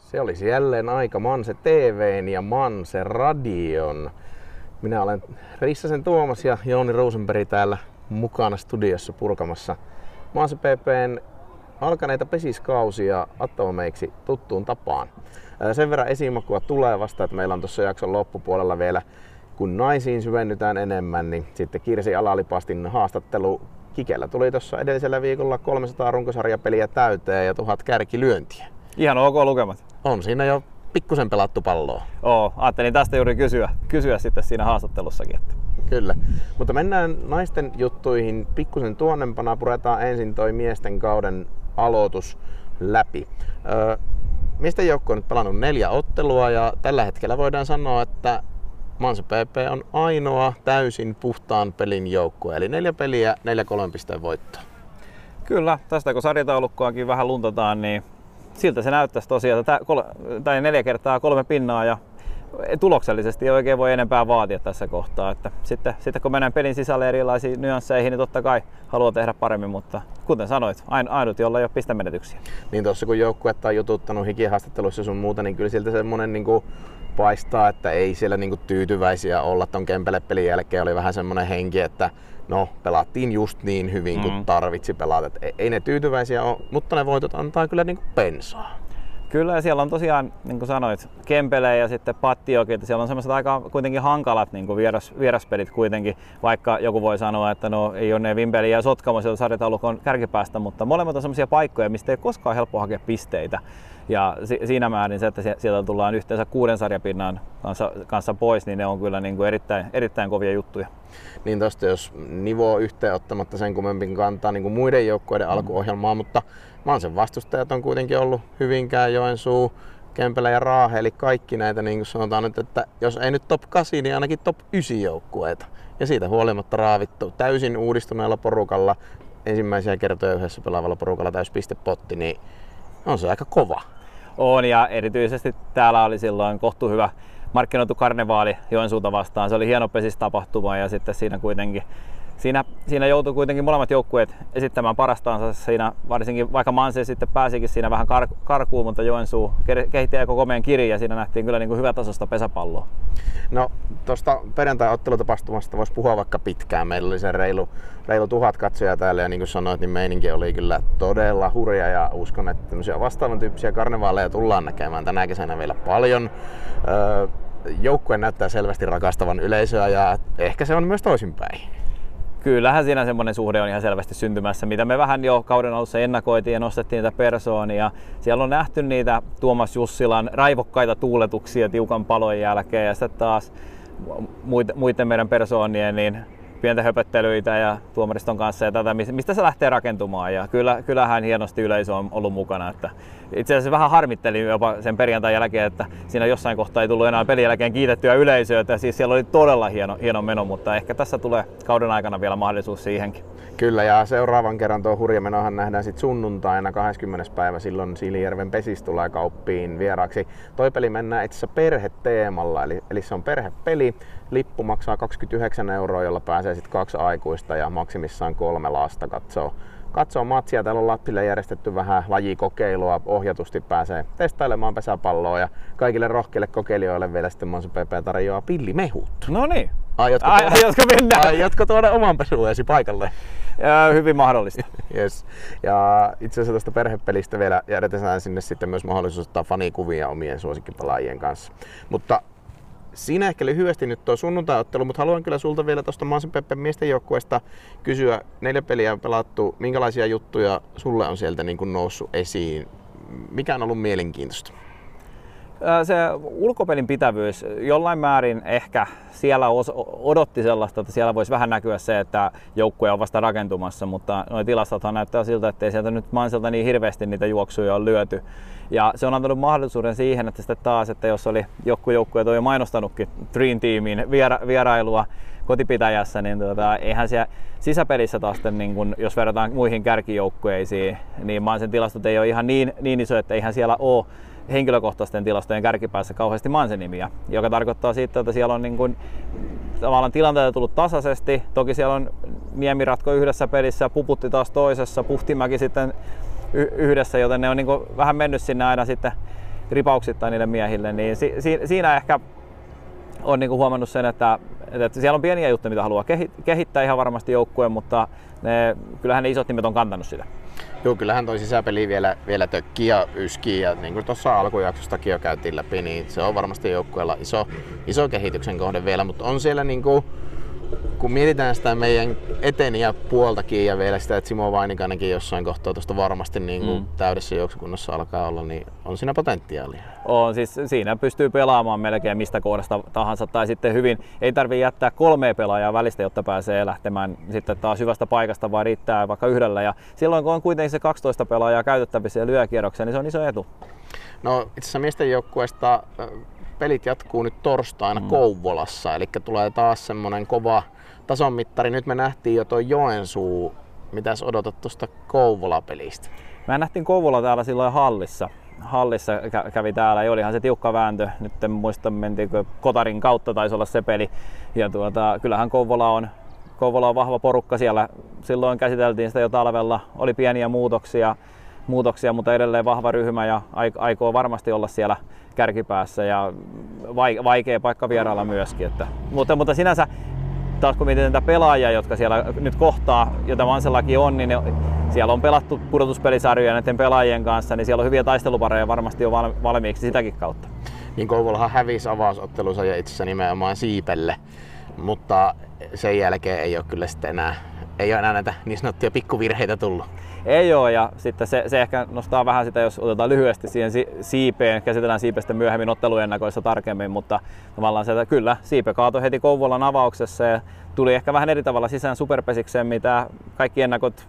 Se olisi jälleen aika Manse TV:n ja Manse Radion. Minä olen Rissasen Tuomas ja Jouni Rosenberg täällä mukana studiossa purkamassa Manse PP:n alkaneita pesiskausia Atomeiksi tuttuun tapaan. Sen verran esimakua tulee vasta, että meillä on tuossa jakson loppupuolella vielä, kun naisiin syvennytään enemmän, niin sitten Kirsi Alalipastin haastattelu. Kikellä tuli tuossa edellisellä viikolla 300 runkosarjapeliä täyteen ja 1000 kärkilyöntiä. Ihan ok lukemat. On siinä jo pikkusen pelattu palloa. Ajattelin tästä juuri kysyä sitten siinä haastattelussakin. Että. Kyllä, mutta mennään naisten juttuihin pikkusen tuonnempana. Puretaan ensin toi miesten kauden aloitus läpi. Miesten joukko on nyt pelannut 4 ottelua ja tällä hetkellä voidaan sanoa, että Manse PP on ainoa täysin puhtaan pelin joukkue, eli 4 peliä, 4 3 pisteen voittoa. Kyllä, tästä kun sarjataulukkoakin vähän luntataan, niin siltä se näyttäisi tosiaan, että 4 kertaa 3 pinnaa ja tuloksellisesti ei oikein voi enempää vaatia tässä kohtaa. Että sitten kun mennään pelin sisälle erilaisiin nyansseihin, niin totta kai haluaa tehdä paremmin, mutta kuten sanoit, ainut jolla ei ole pistemenetyksiä. Niin tuossa kun joukkuetta on jututtanut hikihaastatteluissa sun muuta, niin kyllä siltä semmonen niinku paistaa, että ei siellä niinku tyytyväisiä olla. Ton Kempele-pelin jälkeen oli vähän semmonen henki, että no, pelattiin just niin hyvin kuin tarvitsi pelata. Et ei ne tyytyväisiä ole, mutta ne voitot antaa kyllä niinku pensaa. Kyllä, ja siellä on tosiaan, niin kuin sanoit, Kempele ja sitten Pattiokin, että siellä on semmoiset aika kuitenkin hankalat niin kuin vieraspelit kuitenkin, vaikka joku voi sanoa, että no ei ole ne Vimpeli ja Sotkamo sieltä sarjataulukon kärkipäästä, mutta molemmat on semmoisia paikkoja, mistä ei koskaan helppo hakea pisteitä. Ja siinä määrin se, että sieltä tullaan yhteensä 6 sarjapinnan kanssa pois, niin ne on kyllä niin kuin erittäin kovia juttuja. Niin tosta jos nivoo yhteen ottamatta sen kummempin kantaa niin kuin muiden joukkueiden alkuohjelmaa, mutta Mansen vastustajat on kuitenkin ollut Hyvinkää, Joensuu, Kempele ja Raahe, eli kaikki näitä niin kuin sanotaan nyt, että jos ei nyt top 8, niin ainakin top 9 joukkueita. Ja siitä huolimatta raavittu täysin uudistuneella porukalla, ensimmäisiä kertoja yhdessä pelaavalla porukalla täyspistepotti, niin on se aika kova. On, ja erityisesti täällä oli silloin kohtuu hyvä markkinoitu karnevaali Joensuuta vastaan. Se oli hieno pesistapahtuma ja sitten siinä joutui kuitenkin molemmat joukkueet esittämään parastaansa siinä, varsinkin vaikka Manse sitten pääsikin siinä vähän karkuun, mutta Joensuu kehitti aika komeen kirin ja siinä nähtiin kyllä niin kuin hyvätasoista pesäpalloa. No tuosta perjantai-ottelutapahtumasta voisi puhua vaikka pitkään. Meillä oli se reilu 1000 katsojaa täällä ja niin kuin sanoit, niin meininki oli kyllä todella hurja ja uskon, että tämmöisiä vastaavan tyyppisiä karnevaaleja tullaan näkemään tänä kesänä vielä paljon. Joukkue näyttää selvästi rakastavan yleisöä ja ehkä se on myös toisinpäin. Kyllähän siinä semmoinen suhde on ihan selvästi syntymässä, mitä me vähän jo kauden alussa ennakoitiin ja nostettiin niitä persoonia. Siellä on nähty niitä Tuomas Jussilan raivokkaita tuuletuksia tiukan palon jälkeen ja sitten taas muiden meidän persoonien niin pientä höpöttelyitä ja tuomariston kanssa ja tätä, mistä se lähtee rakentumaan. Ja kyllähän hienosti yleisö on ollut mukana. Että itse asiassa vähän harmittelin jopa sen perjantain jälkeen, että siinä jossain kohtaa ei tullut enää pelin jälkeen kiitettyä yleisöä. Että siis siellä oli todella hieno meno, mutta ehkä tässä tulee kauden aikana vielä mahdollisuus siihenkin. Kyllä, ja seuraavan kerran tuo hurja menohan nähdään sitten sunnuntaina 20. päivä. Silloin Siilijärven Pesis tulee Kauppiin vieraaksi. Toi peli mennään itse asiassa perheteemalla, eli se on perhepeli. Lippu maksaa 29 €, jolla pääsee sitten 2 aikuista ja maksimissaan 3 lasta katsoo matsia. Täällä on Lappille järjestetty vähän lajikokeilua. Ohjatusti pääsee testailemaan pesäpalloa ja kaikille rohkeille kokeilijoille vielä sitten Manse PP tarjoaa pillimehut. No niin. Aiotko tuoda oman pesueesi paikalle? Hyvin mahdollista. Yes. Ja itse asiassa tuosta perhepelistä vielä jätetään sinne sitten myös mahdollisuus ottaa fanikuvia omien suosikkipelaajien kanssa. Mutta siinä ehkä lyhyesti nyt tuo sunnuntai-ottelu, mutta haluan kyllä sulta vielä tuosta Manse PP miesten joukkueesta kysyä. 4 peliä on pelattu. Minkälaisia juttuja sulle on sieltä niin kuin noussut esiin? Mikä on ollut mielenkiintoista? Se ulkopelin pitävyys jollain määrin ehkä siellä odotti sellaista, että siellä voisi vähän näkyä se, että joukkue on vasta rakentumassa, mutta nuo tilastothan näyttää siltä, että ei sieltä nyt Manselta niin hirveästi niitä juoksuja on lyöty. Ja se on antanut mahdollisuuden siihen, että sitten taas, että jos oli joukkueet on jo mainostanutkin Dream Teamin vierailua kotipitäjässä, niin eihän siellä sisäpelissä taas, niin kun, jos verrataan muihin kärkijoukkueisiin, niin Mansen tilastot ei ole ihan niin iso, että eihän siellä ole henkilökohtaisten tilastojen kärkipäässä kauheasti Mansen nimiä, joka tarkoittaa siitä, että siellä on niin kuin, tavallaan tilanteita tullut tasaisesti. Toki siellä on Niemiratko yhdessä pelissä, Puputti taas toisessa, Puhtimäki sitten yhdessä, joten ne on niin kuin vähän mennyt sinne aina sitten ripauksittain niille miehille, niin siinä ehkä on niinku huomannut sen, että siellä on pieniä juttuja, mitä haluaa kehittää ihan varmasti joukkueen, mutta kyllähän ne isot nimet on kantanut sitä. Joo, kyllähän toi sisäpeli vielä tökkii ja yskii, ja niin kuin tuossa alkujaksostakin jo käytiin läpi, niin se on varmasti joukkueella iso kehityksen kohde vielä, mutta on siellä niinku, kun mietitään sitä meidän eteniä puoltakin ja vielä sitä, että Simo Vainikainenkin jossain kohtaa tuosta varmasti niin kuin täydessä juoksukunnassa alkaa olla, niin on siinä potentiaalia. On, siis siinä pystyy pelaamaan melkein mistä kohdasta tahansa tai sitten hyvin, ei tarvitse jättää 3 pelaajaa välistä, jotta pääsee lähtemään sitten taas hyvästä paikasta, vaan riittää vaikka yhdellä, ja silloin kun on kuitenkin se 12 pelaajaa käytettävissä ja lyö kierroksia, niin se on iso etu. No itse asiassa miesten joukkueesta pelit jatkuu nyt torstaina Kouvolassa, eli tulee taas semmonen kova tasonmittari. Nyt me nähtiin jo tuo Joensuu. Mitäs odotat tuosta Kouvola-pelistä? Me nähtiin Kouvola täällä silloin Hallissa kävi täällä ja olihan se tiukka vääntö. Nyt en muista, mentiinkö Kotarin kautta, taisi olla se peli. Ja kyllähän Kouvola on vahva porukka siellä. Silloin käsiteltiin sitä jo talvella. Oli pieniä muutoksia, mutta edelleen vahva ryhmä ja aikoo varmasti olla siellä kärkipäässä ja vaikea paikka vierailla myöskin. Mutta sinänsä taas kun mietitään näitä pelaajia, jotka siellä nyt kohtaa, jota Mansellakin on, niin siellä on pelattu pudotuspelisarjoja näiden pelaajien kanssa, niin siellä on hyviä taistelupareja varmasti jo valmiiksi sitäkin kautta. Niin Kouvolahan hävisi avausottelunsa ja itse asiassa nimenomaan Siipelle, mutta sen jälkeen ei ole kyllä sitten enää näitä niin sanottuja pikkuvirheitä tullut. Ei ole, ja sitten se ehkä nostaa vähän sitä, jos otetaan lyhyesti siihen Siipeen, käsitellään Siipestä myöhemmin otteluennakoissa tarkemmin, mutta tavallaan se, että kyllä Siipe kaatoi heti Kouvolan avauksessa ja tuli ehkä vähän eri tavalla sisään superpesikseen, mitä kaikki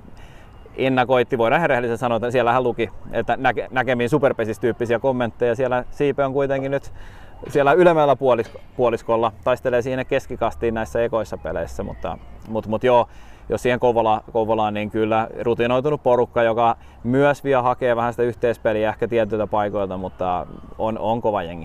ennakoitti. Voidaan rehellisesti sanoa, että siellähän luki, että näkemiin superpesistyyppisiä kommentteja. Siellä Siipe on kuitenkin nyt siellä ylemmällä puoliskolla, taistelee siihen keskikastiin näissä ekoissa peleissä, mutta joo, jos siihen Kouvolaan, niin kyllä rutinoitunut porukka, joka myös vielä hakee vähän sitä yhteispeliä ehkä tietyiltä paikoilta, mutta on kova jengi.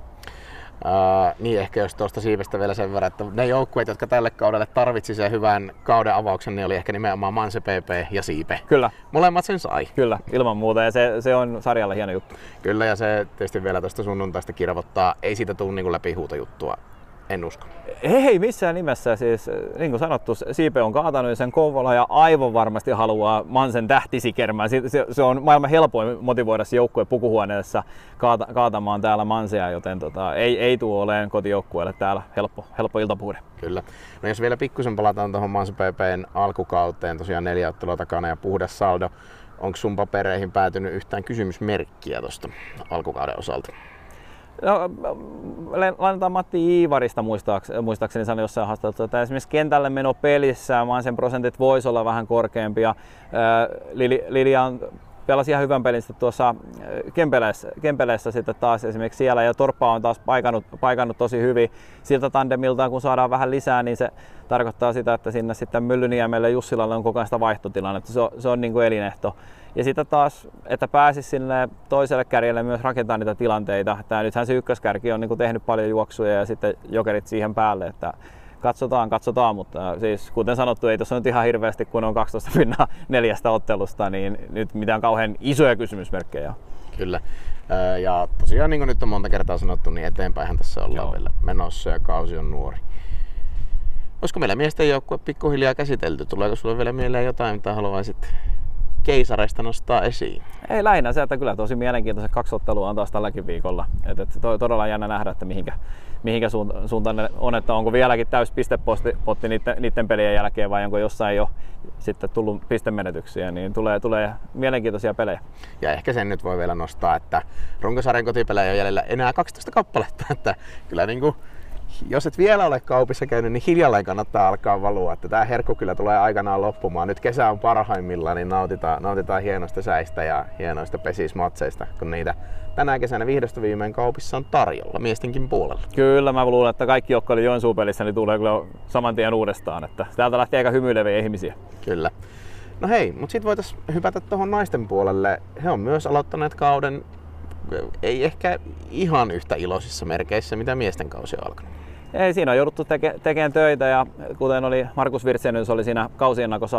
Niin ehkä jos tuosta Siipestä vielä sen verran, että ne joukkueet, jotka tälle kaudelle tarvitsi sen hyvän kauden avauksen, niin oli ehkä nimenomaan Manse PP ja Siipe. Kyllä. Molemmat sen sai. Kyllä, ilman muuta, ja se on sarjalla hieno juttu. Kyllä, ja se tietysti vielä tuosta sunnuntaista kirvoittaa. Ei siitä tule niin läpihuutojuttua. En usko. Ei missään nimessä. Siis, niin kuin sanottu, Siipe on kaatanut sen Kouvola ja aivan varmasti haluaa Mansen tähtisikermään. Se on maailman helpoin motivoida se joukkue pukuhuoneessa kaatamaan täällä Mansea, joten ei tule olemaan kotijoukkueelle täällä helppo iltapuhde. Kyllä. No jos vielä pikkusen palataan tuohon Manse PP:n alkukauteen, tosiaan 4 ottelua takana ja puhdas saldo. Onko sun papereihin päätynyt yhtään kysymysmerkkiä tuosta alkukauden osalta? No, lainataan Matti Iivarista muistaakseni sanoi jossain haastattelussa, että esimerkiksi kentälle meno pelissä Mansen prosentit voisi olla vähän korkeampia. Lilian pelasi ihan hyvän pelin tuossa Kempeleessä sitten taas esimerkiksi siellä, ja Torppa on taas paikannut tosi hyvin. Siltä tandemiltaan kun saadaan vähän lisää, niin se tarkoittaa sitä, että sinne sitten Myllyniemelle ja Jussilalle on koko ajan sitä vaihtotilannetta. Se on niin kuin elinehto. Ja sitten taas, että pääsisi sinne toiselle kärjelle myös rakentaa niitä tilanteita. Nythän se ykköskärki on niin kuin tehnyt paljon juoksuja ja sitten jokerit siihen päälle. Että katsotaan, mutta siis kuten sanottu, ei tuossa nyt ihan hirveästi, kun on 12 pinnaa 4 ottelusta, niin nyt mitään kauhean isoja kysymysmerkkejä. Kyllä. Ja tosiaan niin kuin nyt on monta kertaa sanottu, niin eteenpäinhän tässä ollaan vielä menossa ja kausi on nuori. Olisiko meillä miesten joukkue pikkuhiljaa käsitelty? Tuleeko sulle vielä mieleen jotain, mitä haluaisit keisareista nostaa esiin? Ei, lähinnä se, että kyllä tosi mielenkiintoiset 2 ottelua on taas tälläkin viikolla. Todella jännä nähdä, että mihinkä suuntaan ne on, että onko vieläkin täys pistepotti niiden pelien jälkeen vai onko jossain jo sitten tullut pistemenetyksiä, niin tulee mielenkiintoisia pelejä. Ja ehkä sen nyt voi vielä nostaa, että runkosarjan kotipelejä on jäljellä enää 12 kappaletta, että kyllä niinku jos et vielä ole kaupissa käynyt, niin hiljalleen kannattaa alkaa valua, että tämä herkku kyllä tulee aikanaan loppumaan. Nyt kesä on parhaimmillaan, niin nautitaan hienoista säistä ja hienoista pesismatseista, kun niitä tänä kesänä vihdosta viimein kaupissa on tarjolla miestenkin puolella. Kyllä, mä luulen, että kaikki, jotka oli Joensuun pelissä, niin tulee kyllä saman tien uudestaan. Että täältä lähtee aika hymyileviä ihmisiä. Kyllä. No hei, mutta sitten voitaisiin hypätä tuohon naisten puolelle. He on myös aloittaneet kauden, ei ehkä ihan yhtä iloisissa merkeissä, mitä miesten kausi on alkanut. Ei, siinä on jouduttu tekemään töitä, ja kuten oli Markus Virtsenius oli siinä kausiennakossa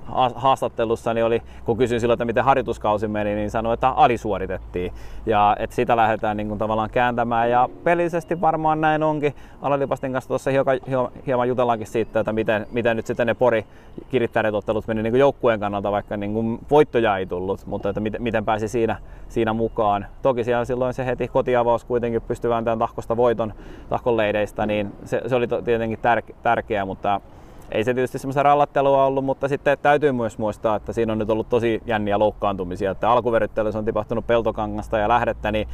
haastattelussa, niin oli, kun kysyin silloin, että miten harjoituskausi meni, niin sanoi, että alisuoritettiin. Ja että sitä lähdetään niin kuin tavallaan kääntämään. Ja pelillisesti varmaan näin onkin. Alalipastin kanssa tuossa hieman jutellaankin siitä, että miten nyt sitten ne Pori-Kirittäneet ottelut meni niin kuin joukkueen kannalta, vaikka niin kuin voittoja ei tullut, mutta että miten pääsi siinä mukaan. Toki siellä silloin se heti kotiavaus kuitenkin pystyi vääntämään Tahkosta voiton Tahkon leideistä, niin se oli tietenkin tärkeää, mutta ei se tietysti semmoista rallattelua ollut, mutta sitten täytyy myös muistaa, että siinä on nyt ollut tosi jänniä loukkaantumisia, että alkuveryttelyssä on tipahtunut Peltokangasta ja Lähdettä, niin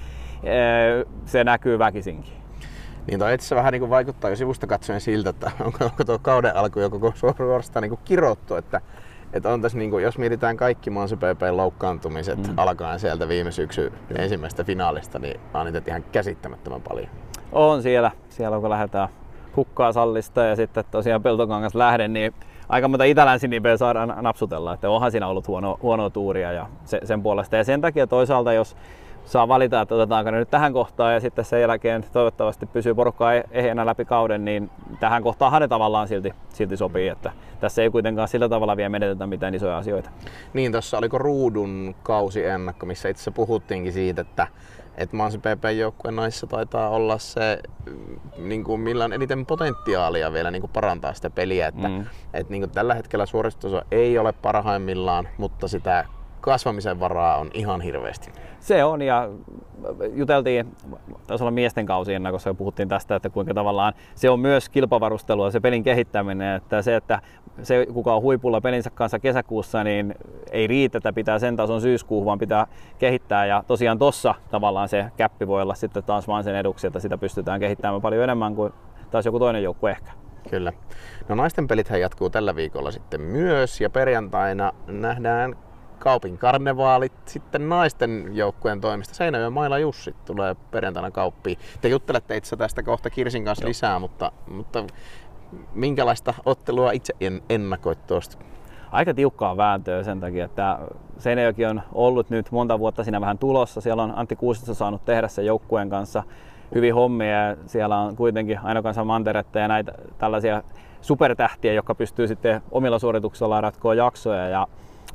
se näkyy väkisinkin. Niin toi itse vähän niin vaikuttaa jo sivusta katsoen siltä, että onko tuo kauden alku jo koko suorastaan niin kirottu, että on tässä, niin kuin, jos mietitään kaikki Manse PP:n loukkaantumiset alkaen sieltä viime syksyn ensimmäisestä finaalista, niin on niitä ihan käsittämättömän paljon. On siellä kun lähdetään Hukkaa Sallista ja sitten tosiaan Peltokangas Lähde, niin aika monta itä-länsinipeä saadaan napsutella, että onhan siinä ollut huonoa tuuria ja sen puolesta. Ja sen takia toisaalta, jos saa valita, että otetaanko ne nyt tähän kohtaan ja sitten sen jälkeen toivottavasti pysyy porukkaa ehjänä läpi kauden, niin tähän kohtaanhan ne tavallaan silti sopii, että tässä ei kuitenkaan sillä tavalla vielä menetetä mitään isoja asioita. Niin, tuossa oliko Ruudun kausiennakko, missä itse puhuttiinkin siitä, että Manse PP:n joukkueen naisissa taitaa olla se, niin kuin, millä on eniten potentiaalia vielä niin kuin parantaa sitä peliä. Että niin kuin tällä hetkellä suoristustaso ei ole parhaimmillaan, mutta sitä kasvamisen varaa on ihan hirveästi. Se on, ja juteltiin, taisi olla miesten kausiennakossa ja puhuttiin tästä, että kuinka tavallaan se on myös kilpavarustelua, se pelin kehittäminen, että se kuka on huipulla pelinsä kanssa kesäkuussa, niin ei riitä, että pitää sen tason syyskuuhun, vaan pitää kehittää, ja tosiaan tossa tavallaan se käppi voi olla sitten taas vaan sen eduksi, että sitä pystytään kehittämään paljon enemmän kuin taas joku toinen joukkue ehkä. Kyllä. No naisten pelithän jatkuu tällä viikolla sitten myös, ja perjantaina nähdään Kaupin karnevaalit sitten naisten joukkueen toimesta. Seinäjoen Maila Jussi tulee perjantaina Kauppiin. Te juttelette itse tästä kohta Kirsin kanssa lisää, mutta minkälaista ottelua itse ennakoit tuosta? Aika tiukkaa vääntöä sen takia, että Seinäjoki on ollut nyt monta vuotta siinä vähän tulossa. Siellä on Antti Kuusisto saanut tehdä sen joukkueen kanssa hyvin hommia, ja siellä on kuitenkin Aino Kansa Manteretta ja näitä tällaisia supertähtiä, jotka pystyy sitten omilla suorituksillaan ratkoa jaksoja. Ja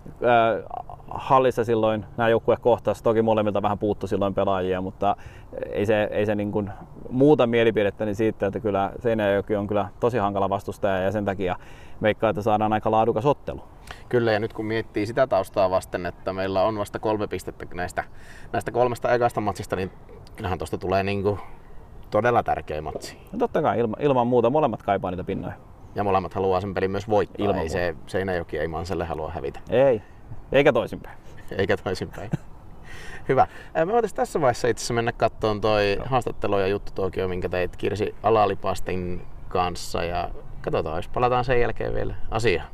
hallissa silloin nämä joukkueet kohtasivat, toki molemmilta vähän puuttui silloin pelaajia, mutta ei se niin kuin muuta mielipidettäni siitä, että kyllä Seinäjoki on kyllä tosi hankala vastustaja, ja sen takia veikkaan, että saadaan aika laadukas ottelu. Kyllä, ja nyt kun miettii sitä taustaa vasten, että meillä on vasta 3 pistettä näistä 3 ekasta matsista, niin kyllähän tuosta tulee niin kuin todella tärkeä matsi. No totta kai, ilman muuta molemmat kaipaa niitä pinnoja. Ja molemmat haluaa sen pelin myös voittaa. Ei se Seinäjoki ei Manselle halua hävitä. Ei, eikä toisinpäin. Eikä toisinpäin. Hyvä. Me voitaisiin tässä vaiheessa itse asiassa mennä katsomaan toi haastattelu ja juttu Tokio, minkä teit Kirsi Alalipastin kanssa. Ja katsotaan, jos palataan sen jälkeen vielä asiaan.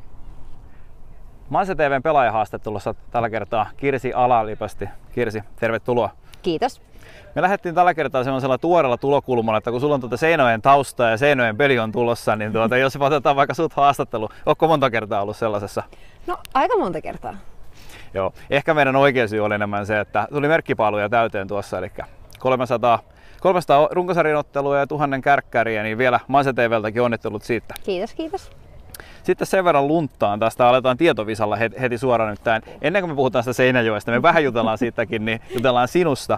Manse TV:n pelaajahaastattelussa tällä kertaa Kirsi Alalipasti. Kirsi, tervetuloa. Kiitos. Me lähdettiin tällä kertaa semmoisella tuoreella tulokulmalla, että kun sulla on Seinäjoen taustaa ja Seinäjoen peli on tulossa, niin jos otetaan vaikka sut haastattelu, ootko monta kertaa ollut sellaisessa? No aika monta kertaa. Joo, ehkä meidän oikea syy oli enemmän se, että tuli merkkipaaluja täyteen tuossa, eli 300 runkosarjan ottelua ja 1000 kärkkäriä, niin vielä Manse TV:ltäkin onnittelut siitä. Kiitos, kiitos. Sitten sen verran lunttaan, tästä aletaan tietovisalla heti suoraan nyt tämän. Ennen kuin me puhutaan sitä Seinäjoesta, me vähän jutellaan siitäkin, niin jutellaan sinusta.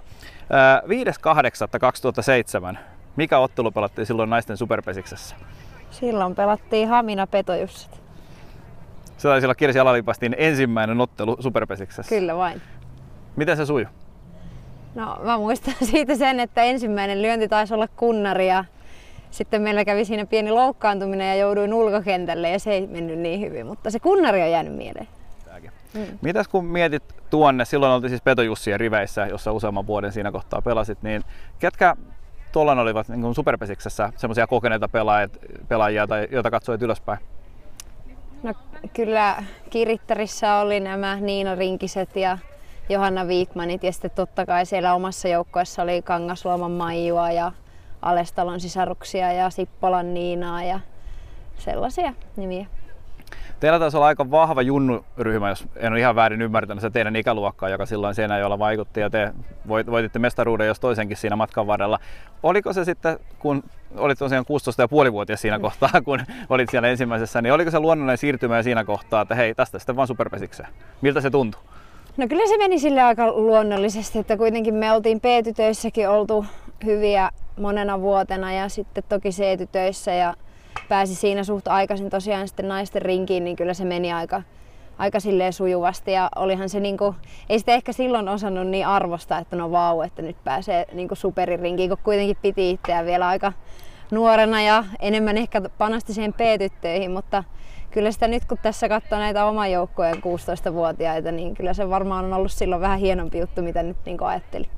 5.8.2007. Mikä ottelu pelattiin silloin naisten superpesiksessä? Silloin pelattiin Hamina Petojussit. Se taisi olla Kirsi Alalipastin ensimmäinen ottelu superpesiksessä. Kyllä vain. Miten se sujui? No mä muistan siitä sen, että ensimmäinen lyönti taisi olla kunnari ja sitten meillä kävi siinä pieni loukkaantuminen ja jouduin ulkokentälle ja se ei mennyt niin hyvin, mutta se kunnari on jäänyt mieleen. Mitäs kun mietit tuonne, silloin oltiin siis Petojussien riveissä, jossa useamman vuoden siinä kohtaa pelasit, niin ketkä tuolloin olivat niin superpesiksessä semmoisia kokeneita pelaajia tai joita katsoit ylöspäin? No kyllä Kirittärissä oli nämä Niina Rinkiset ja Johanna Wikmanit ja sitten totta kai siellä omassa joukkueessa oli Kangasluoman Maijua ja Alestalon sisaruksia ja Sippolan Niinaa ja sellaisia nimiä. Teillä taisi olla aika vahva junnuryhmä, jos en ole ihan väärin ymmärtänyt, se teidän ikäluokkaa, joka silloin Seinäjoella vaikutti ja te voititte mestaruuden jos toisenkin siinä matkan varrella. Oliko se sitten, kun olit tosiaan 16,5-vuotias siinä kohtaa, kun olit siellä ensimmäisessä, niin oliko se luonnollinen siirtymä siinä kohtaa, että hei, tästä sitten vaan superpesikseen? Miltä se tuntui? No kyllä se meni sille aika luonnollisesti, että kuitenkin me oltiin B-tytöissäkin oltu hyviä monena vuotena ja sitten toki C-tytöissä ja pääsi siinä suht aikaisin tosiaan sitten naisten rinkiin, niin kyllä se meni aika silleen sujuvasti ja olihan se niinku, ei sitä ehkä silloin osannut niin arvostaa, että no vau, että nyt pääsee niinku superin rinkiin, kun kuitenkin piti itseään vielä aika nuorena ja enemmän ehkä panosti siihen B-tyttöihin, mutta kyllä sitä nyt kun tässä katsoo näitä oman joukkueen 16-vuotiaita, niin kyllä se varmaan on ollut silloin vähän hienompi juttu, mitä nyt niin ajattelin.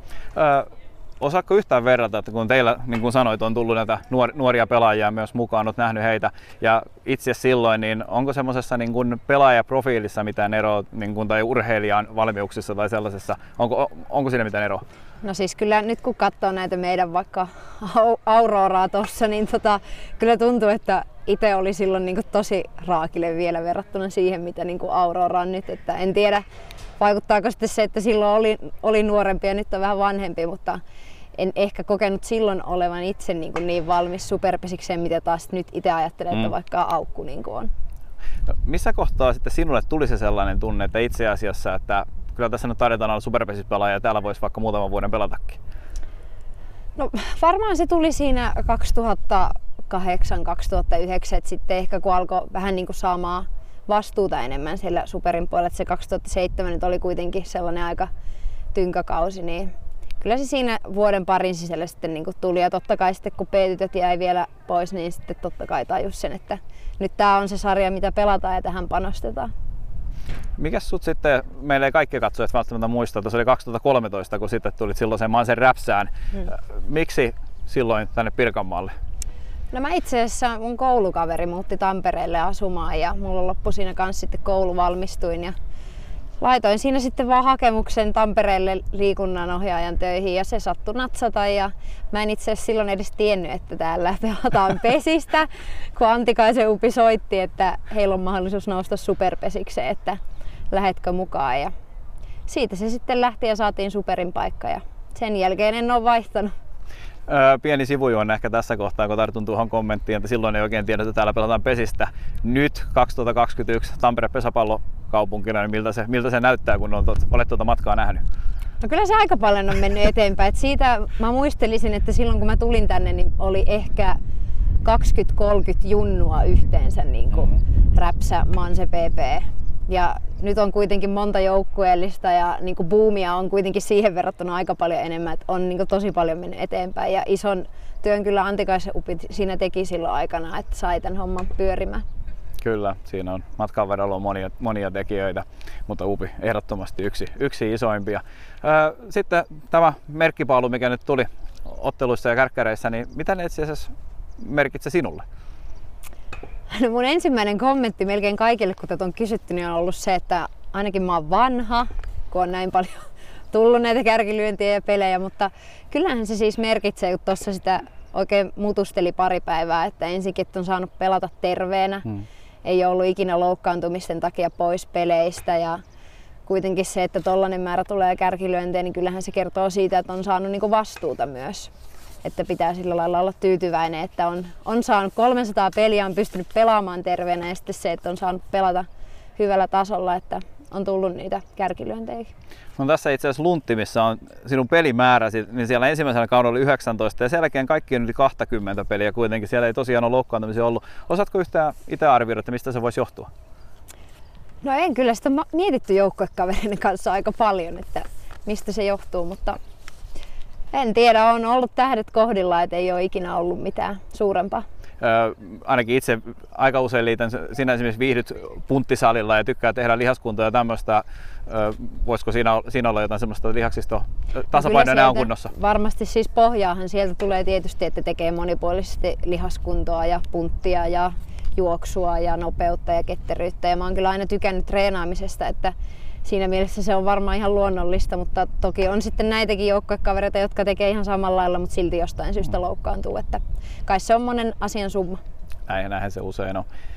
Osaatko yhtään verrata, että kun teillä, niin kuin sanoit, on tullut näitä nuoria pelaajia myös mukaan, olet nähnyt heitä, ja itse silloin, niin onko semmoisessa niin kuin pelaajaprofiilissa mitään eroa, niin kuin, tai urheilijan valmiuksissa tai sellaisessa, onko siinä mitään eroa? No siis kyllä nyt kun katsoo näitä meidän vaikka Auroraa tuossa, niin kyllä tuntuu, että itse oli silloin niin kuin tosi raakille vielä verrattuna siihen, mitä niin kuin Aurora on nyt. Että en tiedä, vaikuttaako sitten se, että silloin oli nuorempi ja nyt on vähän vanhempi, mutta en ehkä kokenut silloin olevan itse niin valmis superpesikseen, mitä taas nyt itse ajattelen, että vaikka Aukku niin kuin on. No, missä kohtaa sitten sinulle tuli se sellainen tunne, että itse asiassa, että kyllä tässä nyt tarjotaan olla superpesispelaaja ja täällä voisi vaikka muutaman vuoden pelatakin? No varmaan se tuli siinä 2008-2009, että sitten ehkä kun alkoi vähän niin kuin saamaan vastuuta enemmän siellä superin puolella, että se 2007 nyt oli kuitenkin sellainen aika tynkäkausi, niin kyllä se siinä vuoden parin sisällä sitten niin kuin tuli ja totta kai sitten kun B-tytöt jäi vielä pois, niin sitten totta kai tajus sen, että nyt tää on se sarja mitä pelataan ja tähän panostetaan. Mikäs sut sitten, meillä ei kaikki katsojat välttämättä muista, että se oli 2013, kun sitten tulit silloin sen Mansen Räpsään. Miksi silloin tänne Pirkanmaalle? No mä itse asiassa mun koulukaveri muutti Tampereelle asumaan ja mulla loppui siinä kanssa sitten koulu, valmistuin ja laitoin siinä sitten vaan hakemuksen Tampereelle liikunnanohjaajan töihin ja se sattui natsata ja mä en itse asiassa silloin edes tiennyt, että täällä pelataan pesistä, kun Antikaisen Upi soitti, että heillä on mahdollisuus nousta superpesikseen, että lähetkö mukaan ja siitä se sitten lähti ja saatiin superin paikka ja sen jälkeen en ole vaihtanut. Pieni sivujuonne ehkä tässä kohtaa, kun tartun tuohon kommenttiin, että silloin ei oikein tiedä, että täällä pelataan pesistä. Nyt 2021 Tampere pesäpallokaupunkina, niin miltä se näyttää, kun olet tuota matkaa nähnyt? No kyllä se aika paljon on mennyt eteenpäin. Et siitä mä muistelisin, että silloin kun mä tulin tänne, niin oli ehkä 20-30 junnua yhteensä niin kuin Räpsä, Manse, PP. Ja nyt on kuitenkin monta joukkueellista ja niin kuin boomia on kuitenkin siihen verrattuna aika paljon enemmän, että on niin kuin tosi paljon mennyt eteenpäin ja ison työn kyllä Antikaisen Upi siinä teki silloin aikana, että sai tämän homman pyörimään. Kyllä, siinä on matkan varrella on monia tekijöitä, mutta Upi ehdottomasti yksi isoimpia. Sitten tämä merkkipaalu, mikä nyt tuli otteluissa ja kärkkäreissä, niin mitä ne itse asiassa merkitsee sinulle? No mun ensimmäinen kommentti melkein kaikille, kun tätä on kysytty, niin on ollut se, että ainakin mä oon vanha, kun on näin paljon tullut näitä kärkilyöntiä ja pelejä, mutta kyllähän se siis merkitsee, kun tuossa sitä oikein mutusteli pari päivää, että ensinnäkin että on saanut pelata terveenä, ei ollut ikinä loukkaantumisten takia pois peleistä ja kuitenkin se, että tollainen määrä tulee kärkilyöntejä, niin kyllähän se kertoo siitä, että on saanut niinku vastuuta myös. Että pitää sillä lailla olla tyytyväinen, että on saanut 300 peliä, on pystynyt pelaamaan terveenä ja sitten se, että on saanut pelata hyvällä tasolla, että on tullut niitä kärkilyöntejä. No tässä itse asiassa Luntti, missä on sinun pelimääräsi, niin siellä ensimmäisellä kaudella oli 19 ja sen jälkeen kaikki on yli 20 peliä kuitenkin. Siellä ei tosiaan ole loukkaantumisia ollut. Osaatko yhtään itse arvioida, että mistä se voisi johtua? No en, kyllä sitä on mietitty joukkuekavereiden kanssa aika paljon, että mistä se johtuu, mutta en tiedä, on ollut tähdet kohdilla, että ei ole ikinä ollut mitään suurempaa. Ainakin itse aika usein liitän, sinä esimerkiksi viihdyt punttisalilla ja tykkää tehdä lihaskuntoa ja tämmöistä. Voisiko siinä olla jotain semmoista lihaksisto tasapainoinen on kunnossa? Varmasti siis pohjaahan sieltä tulee tietysti, että tekee monipuolisesti lihaskuntoa ja punttia ja juoksua ja nopeutta ja ketteryyttä. Ja mä oon kyllä aina tykännyt treenaamisesta, että siinä mielessä se on varmaan ihan luonnollista, mutta toki on sitten näitäkin joukkuekavereita, jotka tekee ihan samalla lailla, mutta silti jostain syystä loukkaantuu. Että kai se on monen asian summa. Näinhän se usein on.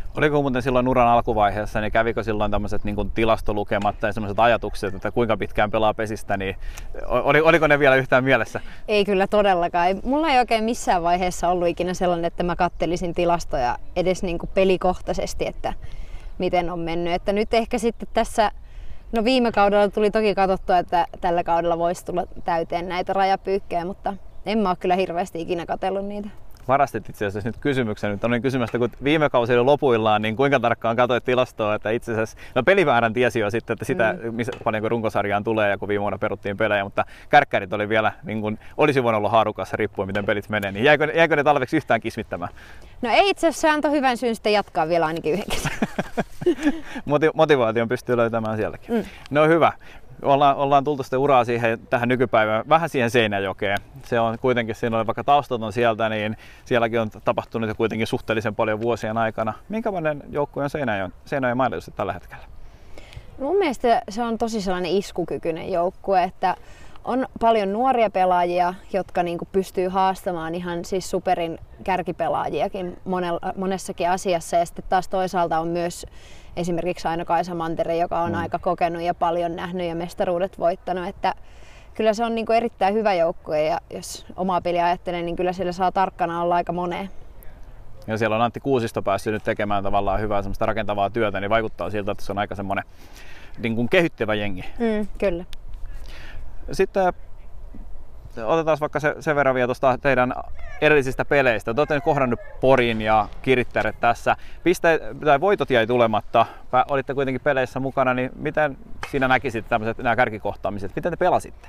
Oliko muuten silloin uran alkuvaiheessa, niin kävikö silloin tämmöiset niin tilastolukemat tai sellaiset ajatukset, että kuinka pitkään pelaa pesistä, niin oliko ne vielä yhtään mielessä? Ei kyllä todellakaan. Mulla ei oikein missään vaiheessa ollut ikinä sellainen, että mä kattelisin tilastoja edes niin kuin pelikohtaisesti, että miten on mennyt. Että nyt ehkä sitten tässä, no viime kaudella tuli toki katsottua, että tällä kaudella voisi tulla täyteen näitä rajapyykkejä, mutta en mä ole kyllä hirveästi ikinä katsellut niitä. Varastit itse asiassa nyt kysymyksen. Nyt on kysymästä, kun viime kausi oli lopuillaan, niin kuinka tarkkaan katsoit tilastoa, että itse asiassa, no pelimäärän tiesi jo sitten, että sitä paljonko runkosarjaan tulee ja kun viime vuonna peruttiin pelejä, mutta kärkkärit oli vielä, niin kuin olisi voinut olla haarukassa riippuen miten pelit menee, niin jäikö ne talveksi yhtään kismittämään? No ei itse asiassa, se antoi hyvän syyn sitten jatkaa vielä ainakin yhden kesän. Motivaation pystyy löytämään sielläkin. No hyvä. Ollaan tultu sitten uraa tähän nykypäivään, vähän siihen Seinäjokeen. Se on kuitenkin, siinä oli vaikka taustat on sieltä, niin sielläkin on tapahtunut jo kuitenkin suhteellisen paljon vuosien aikana. Minkälainen joukkue on Seinäjoen Mailius tällä hetkellä? Mun mielestä se on tosi sellainen iskukykyinen joukkue, että on paljon nuoria pelaajia, jotka niinku pystyy haastamaan ihan siis superin kärkipelaajiakin monessakin asiassa. Ja sitten taas toisaalta on myös esimerkiksi Aino-Kaisa Mantere, joka on aika kokenut ja paljon nähnyt ja mestaruudet voittanut. Että kyllä se on niinku erittäin hyvä joukkue ja jos omaa peliä ajattelee, niin kyllä siellä saa tarkkana olla aika moneen. Ja siellä on Antti Kuusisto päässyt nyt tekemään tavallaan hyvää semmoista rakentavaa työtä, niin vaikuttaa siltä, että se on aika semmoinen niin kuin kehittävä jengi. Kyllä. Sitten otetaan vaikka sen verran vielä tuosta teidän edellisistä peleistä. Te olette nyt kohdannut Porin ja Kirittäret tässä. Voitot jäi tulematta. Olitte kuitenkin peleissä mukana, niin miten siinä näkisit nämä kärkikohtaamiset? Miten te pelasitte?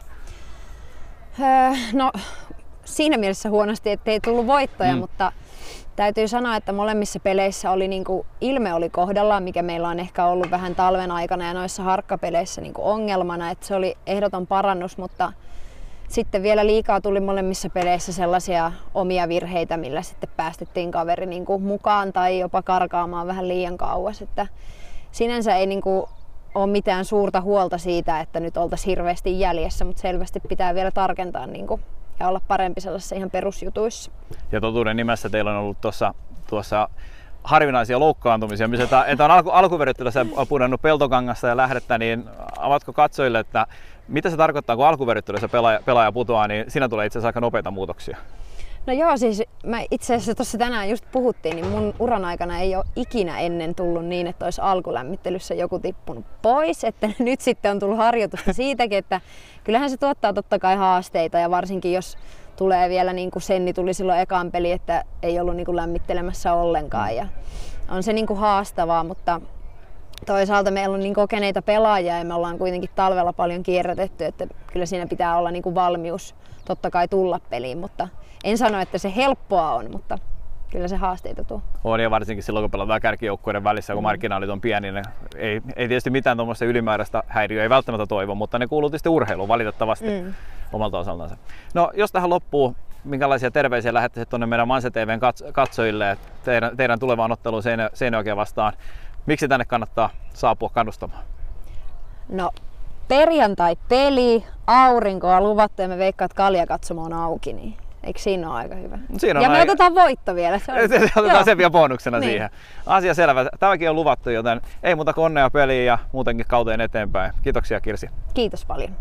No siinä mielessä huonosti, ettei tullut voittoja, mutta täytyy sanoa, että molemmissa peleissä oli ilme oli kohdallaan, mikä meillä on ehkä ollut vähän talven aikana ja noissa harkkapeleissä ongelmana, että se oli ehdoton parannus, mutta sitten vielä liikaa tuli molemmissa peleissä sellaisia omia virheitä, millä sitten päästettiin kaveri mukaan tai jopa karkaamaan vähän liian kauas. Että sinänsä ei ole mitään suurta huolta siitä, että nyt oltaisiin hirveästi jäljessä, mutta selvästi pitää vielä tarkentaa ja olla parempi sellaisissa ihan perusjutuissa. Ja totuuden nimessä teillä on ollut tuossa harvinaisia loukkaantumisia, että on alkuveryttelyssä pudonnut Peltokangasta ja lähdettä, niin avatko katsojille, että mitä se tarkoittaa, kun alkuveryttelyssä pelaaja putoaa, niin siinä tulee itse asiassa aika nopeita muutoksia? No joo, siis mä itse asiassa tuossa tänään just puhuttiin, niin mun uran aikana ei ole ikinä ennen tullut niin, että olisi alkulämmittelyssä joku tippunut pois, että nyt sitten on tullut harjoitusta siitäkin, että kyllähän se tuottaa totta kai haasteita ja varsinkin jos tulee vielä niin kuin Senni tuli silloin ekaan peli, että ei ollut niin kuin lämmittelemässä ollenkaan ja on se niin kuin haastavaa, mutta toisaalta meillä on niin kokeneita pelaajia ja me ollaan kuitenkin talvella paljon kierrätetty, että kyllä siinä pitää olla niin kuin valmius totta kai tulla peliin, mutta en sano, että se helppoa on, mutta kyllä se haasteita tuo. On ja varsinkin silloin, kun pelataan kärkijoukkueiden välissä, kun marginaalit on pieni, niin ei tietysti mitään tuommoista ylimääräistä häiriöä ei välttämättä toivo, mutta ne kuuluu tietysti urheiluun valitettavasti omalta osaltansa. No jos tähän loppuu, minkälaisia terveisiä lähettäisiin tuonne meidän Manse TV:n katsojille teidän tulevaan otteluun Seinäjokea vastaan? Miksi tänne kannattaa saapua kannustamaan? No perjantai-peli, aurinkoa luvattu ja me veikkaan, että kaljakatsomo on auki, niin eikö siinä ole aika hyvä? Ja me otetaan voitto vielä. Otetaan se vielä bonuksena niin siihen. Asia selvä. Tämäkin on luvattu, joten ei muuta kuin onnea peliin ja muutenkin kauteen eteenpäin. Kiitoksia Kirsi. Kiitos paljon.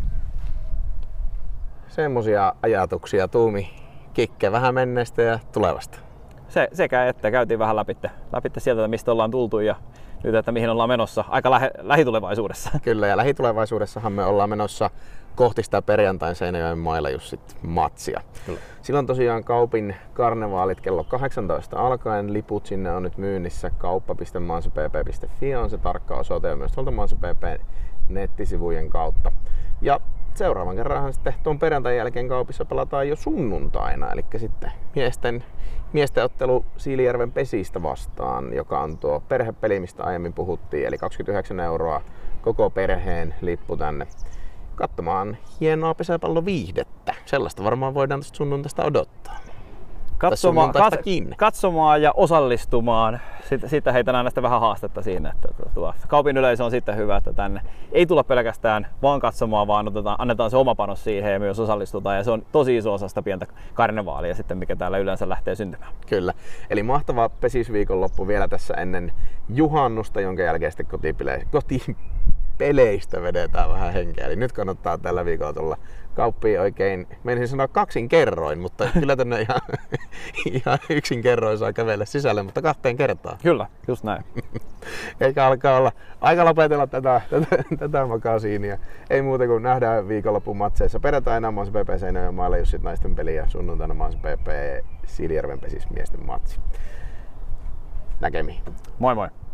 Semmoisia ajatuksia tuumi Kikke vähän menneestä ja tulevasta. Sekä että käytiin vähän läpi sieltä, mistä ollaan tultu ja nyt, että mihin ollaan menossa aika lähitulevaisuudessa. Kyllä, ja lähitulevaisuudessahan me ollaan menossa kohti sitä perjantain Seinäjoen Mailajussit matsia. Kyllä. Silloin tosiaan Kaupin karnevaalit kello 18 alkaen. Liput sinne on nyt myynnissä kauppa.mansepp.fi on se tarkka osoite ja myös tuolta Manse.pp nettisivujen kautta. Ja seuraavan kerran sitten tuon perjantain jälkeen Kaupissa pelataan jo sunnuntaina, eli sitten miesten ottelu Siilijärven Pesistä vastaan, joka on tuo perhepeli, mistä aiemmin puhuttiin, eli 29 € koko perheen lippu tänne katsomaan hienoa pesäpalloviihdettä. Sellaista varmaan voidaan tästä sunnuntaista odottaa. katsomaan ja osallistumaan. Sitten heitän aina vähän haastetta siinä, että Kaupin yleisö on sitten hyvä, että tänne ei tulla pelkästään vaan katsomaan, vaan annetaan se oma panos siihen ja myös osallistutaan. Ja se on tosi iso osa sitä pientä karnevaalia sitten, mikä täällä yleensä lähtee syntymään. Kyllä. Eli mahtava pesisviikonloppu vielä tässä ennen juhannusta, jonka jälkeen sitten kotipeleistä vedetään vähän henkeä. Eli nyt kannattaa tällä viikolla tulla Kauppiin oikein, menisin sanoa 2 kerroin, mutta kyllä tänne ihan yksin kerroin saa kävellä sisälle, mutta 2 kertaa. Kyllä, just näin. Eikä alkaa olla aika lopetella tätä makasiinia. Ei muuta kuin nähdään viikonlopun matseissa. Perjantaina Maansa PP Seinäjoella Jussit naisten peli ja sunnuntaina Maansa PP Siilijärven pesis miesten matsi. Näkemiin. Moi moi.